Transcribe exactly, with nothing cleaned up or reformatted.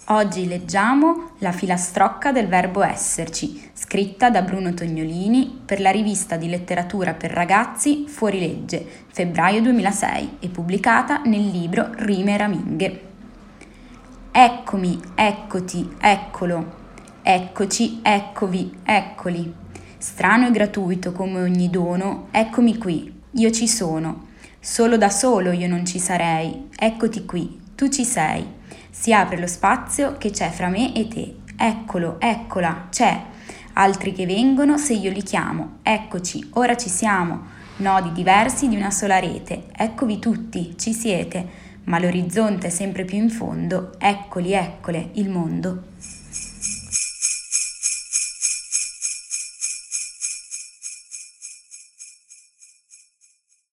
Oggi leggiamo La filastrocca del verbo esserci, scritta da Bruno Tognolini per la rivista di letteratura per ragazzi Fuorilegge, febbraio duemilasei, e pubblicata nel libro Rime e Raminghe. Eccomi, eccoti, eccolo, eccoci, eccovi, eccoli. Strano e gratuito come ogni dono, eccomi qui, io ci sono. Solo da solo io non ci sarei, eccoti qui, tu ci sei. Si apre lo spazio che c'è fra me e te. Eccolo, eccola, c'è. Altri che vengono se io li chiamo. Eccoci, ora ci siamo. Nodi diversi di una sola rete. Eccovi tutti, ci siete. Ma l'orizzonte è sempre più in fondo. Eccoli, eccole, il mondo.